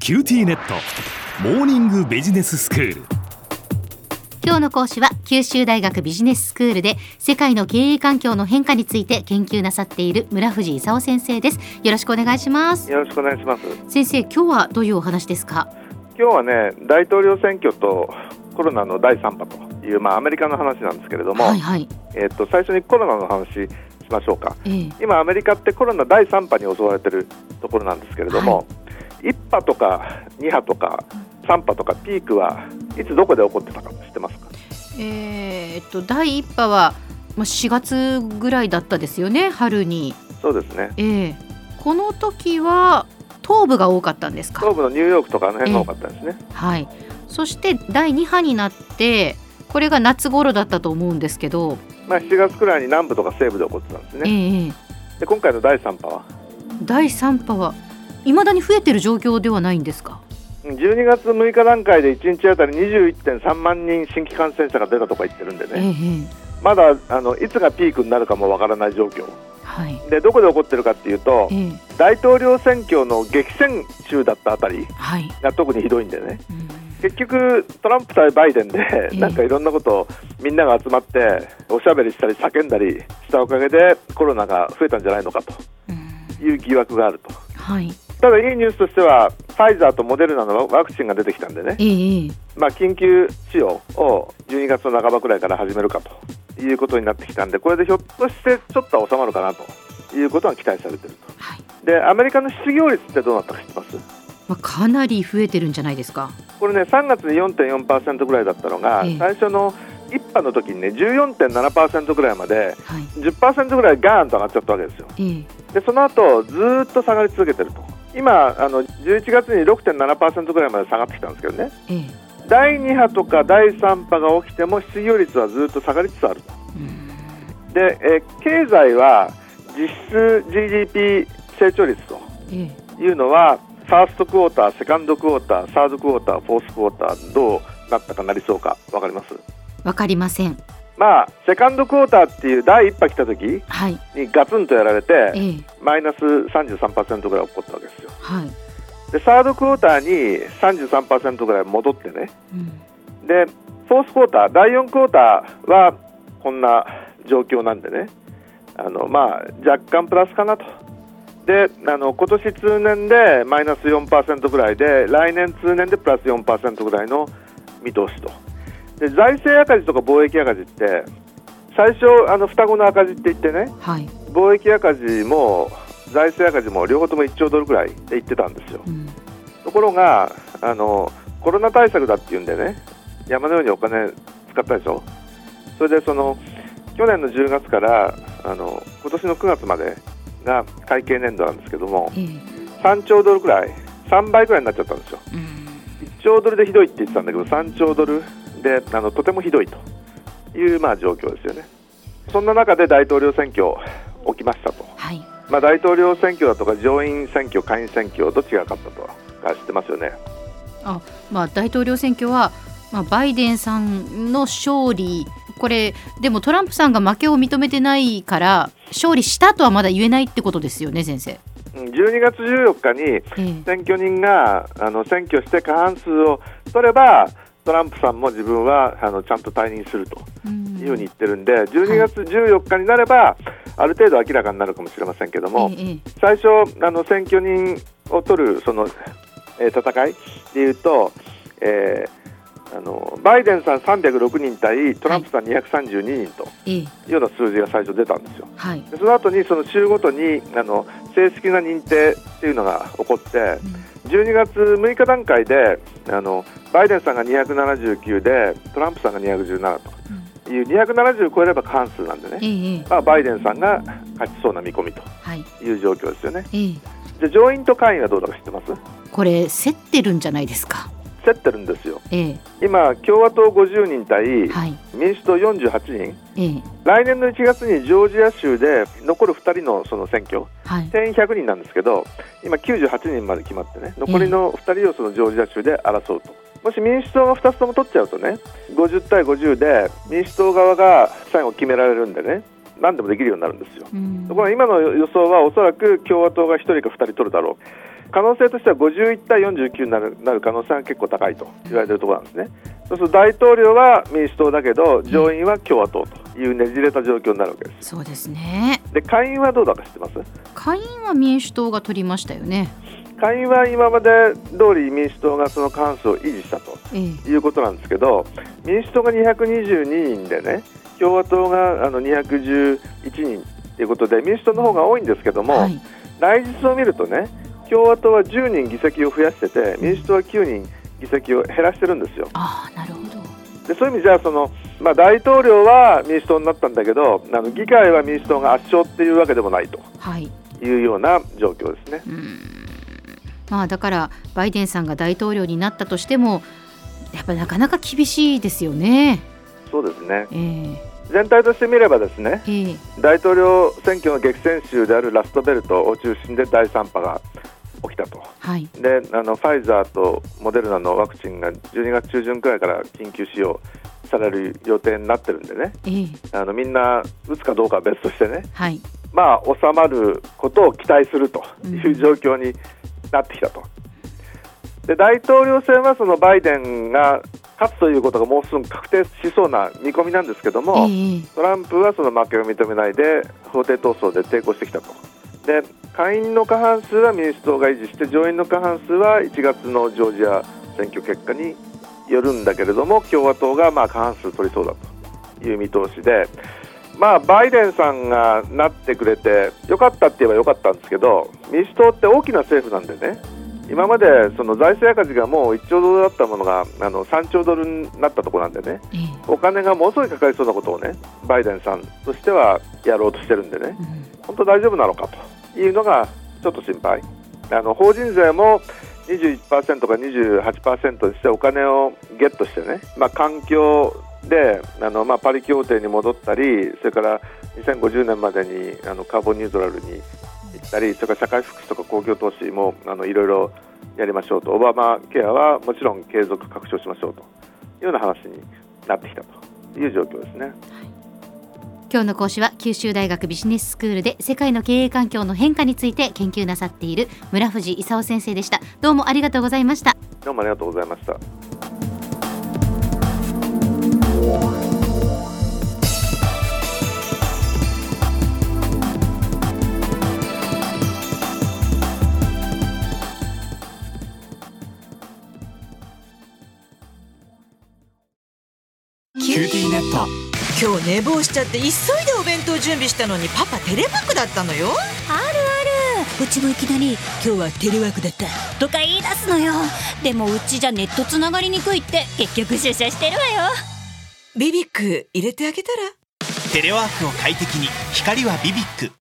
キューティーネットモーニングビジネススクール。 今日の講師は九州大学ビジネススクールで世界の経営環境の変化について研究なさっている村藤勲先生です。よろしくお願いします。 よろしくお願いします。 先生、今日はどういうお話ですか？ 今日はね、大統領選挙とコロナの第3波という、アメリカの話なんですけれども、 はいはい。 最初にコロナの話しましょうか。今アメリカってコロナ第3波に襲われているところなんですけれども、1波とか2波とか3波とかピークはいつどこで起こってたか知ってますか？ 第1波は4月ぐらいだったですよね、春に。 そうですね。 この時は東部が多かったんですか？ 東部のニューヨークとかあの辺が多かったですね。 はい。そして第2波になってこれが夏頃だったと思うんですけど、 7月くらいに南部とか西部で起こってたんですね。で今回の第3波は未だに増えてる状況ではないんですか ？12月6日段階で1日あたり 21.3 万人新規感染者が出たとか言ってるんでね、まだいつがピークになるかもわからない状況、でどこで起こってるかっていうと、大統領選挙の激戦州だったあたりが特にひどいんでね、結局トランプ対バイデンでなんかいろんなことをみんなが集まっておしゃべりしたり叫んだりしたおかげでコロナが増えたんじゃないのかという疑惑があると。ただいいニュースとしてはファイザーとモデルナのワクチンが出てきたんでね、緊急使用を12月の半ばくらいから始めるかということになってきたんで、これでひょっとしてちょっとは収まるかなということが期待されていると。でアメリカの失業率ってどうなったか知ってます？ かなり増えてるんじゃないですか？ これね、3月に 4.4% ぐらいだったのが、最初の1波の時にね 14.7% ぐらいまで、10% ぐらいガーンと上がっちゃったわけですよ。でその後ずっと下がり続けてると。今11月に 6.7% ぐらいまで下がってきたんですけどね、第2波とか第3波が起きても失業率はずっと下がりつつあると。で、経済は実質 GDP 成長率というのは、ファーストクォーター、セカンドクォーター、サードクォーター、フォースクォーター、どうなったかなりそうか分かります？ 分かりません。 セカンドクォーターっていう第1波来た時にガツンとやられて、マイナス 33% ぐらい起こったわけですよ。でサードクォーターに 33% ぐらい戻ってね、でフォースクォーター、第4クォーターはこんな状況なんでね、若干プラスかなと。で今年通年でマイナス 4% ぐらいで、来年通年でプラス 4% ぐらいの見通しと。で財政赤字とか貿易赤字って最初双子の赤字って言ってね、貿易赤字も財政赤字も両方とも1兆ドルぐらいで言ってたんですよ。ところがコロナ対策だっていうんでね、山のようにお金使ったでしょ。それで去年の10月から今年の9月までが会計年度なんですけども、3兆ドルくらい、3倍くらいになっちゃったんですよ。1兆ドルでひどいって言ってたんだけど、3兆ドルでとてもひどいという状況ですよね。そんな中で大統領選挙起きましたと。大統領選挙だとか上院選挙、下院選挙、どっちが勝ったとか知ってますよね。 大統領選挙は、バイデンさんの勝利、これでもトランプさんが負けを認めてないから勝利したとはまだ言えないってことですよね、先生。 12月14日に選挙人が選挙して過半数を取ればトランプさんも自分はちゃんと退任するというふうに言ってるんで、12月14日になればある程度明らかになるかもしれませんけども、最初選挙人を取る戦いでいうと、バイデンさん306人対トランプさん232人というような数字が最初出たんですよ。でその後に州ごとに正式な認定っていうのが起こって、12月6日段階でバイデンさんが279でトランプさんが217という、270超えれば過半数なんでね、バイデンさんが勝ちそうな見込みという状況ですよね。で上院と下院はどうだか知ってます？ これ競ってるんじゃないですか？ 競ってるんですよ。今共和党50人対民主党48人、来年の1月にジョージア州で残る2人のその選挙、定員100人なんですけど、今98人まで決まってね、残りの2人をそのジョージア州で争うと。もし民主党が2つとも取っちゃうとね、50対50で民主党側が最後決められるんでね、何でもできるようになるんですよ。ところが今の予想はおそらく共和党が1人か2人取るだろう。 可能性としては51対49になる可能性が結構高いと言われているところなんですね。そうすると大統領は民主党だけど上院は共和党というねじれた状況になるわけです。 そうですね。 で下院はどうだか知ってます？ 下院は民主党が取りましたよね。 下院は今まで通り民主党がその過半数を維持したということなんですけど、民主党が222人でね、共和党が211人ということで民主党の方が多いんですけども、はい、内実を見るとね、共和党は10人議席を増やしてて民主党は9人議席を減らしてるんですよ。 なるほど。 でそういう意味じゃ大統領は民主党になったんだけど議会は民主党が圧勝っていうわけでもないというような状況ですね。 だからバイデンさんが大統領になったとしてもやっぱりなかなか厳しいですよね。 そうですね、全体として見ればですね、大統領選挙の激戦州であるラストベルトを中心で第3波が起きたと、はい、でファイザーとモデルナのワクチンが12月中旬くらいから緊急使用される予定になってるんでね、みんな打つかどうかは別としてね、はい、収まることを期待するという状況になってきたと。で大統領選はそのバイデンが勝つということがもうすぐ確定しそうな見込みなんですけども、トランプはその負けを認めないで法廷闘争で抵抗してきたと。で下院の過半数は民主党が維持して上院の過半数は1月のジョージア選挙結果によるんだけれども共和党が過半数取りそうだという見通しで、バイデンさんがなってくれてよかったって言えばよかったんですけど、民主党って大きな政府なんでね、今までその財政赤字がもう1兆ドルだったものが3兆ドルになったところなんでね、お金がものすごいかかりそうなことをねバイデンさんとしてはやろうとしてるんでね、本当大丈夫なのかというのがちょっと心配。法人税も 21% か 28% にしてお金をゲットしてね、環境でパリ協定に戻ったり、それから2050年までにカーボンニュートラルに行ったり、それから社会福祉とか公共投資もいろいろやりましょうと、オバマケアはもちろん継続拡張しましょうというような話になってきたという状況ですね。 今日の講師は九州大学ビジネススクールで世界の経営環境の変化について研究なさっている村藤勲先生でした。どうもありがとうございました。 どうもありがとうございました。 キューティーネット。今日寝坊しちゃって急いでお弁当準備したのにパパテレワークだったのよ。 あるある、うちもいきなり今日はテレワークだったとか言い出すのよ。でもうちじゃネットつながりにくいって結局出社してるわよ。 ビビック入れてあげたら。 テレワークを快適に光はビビック。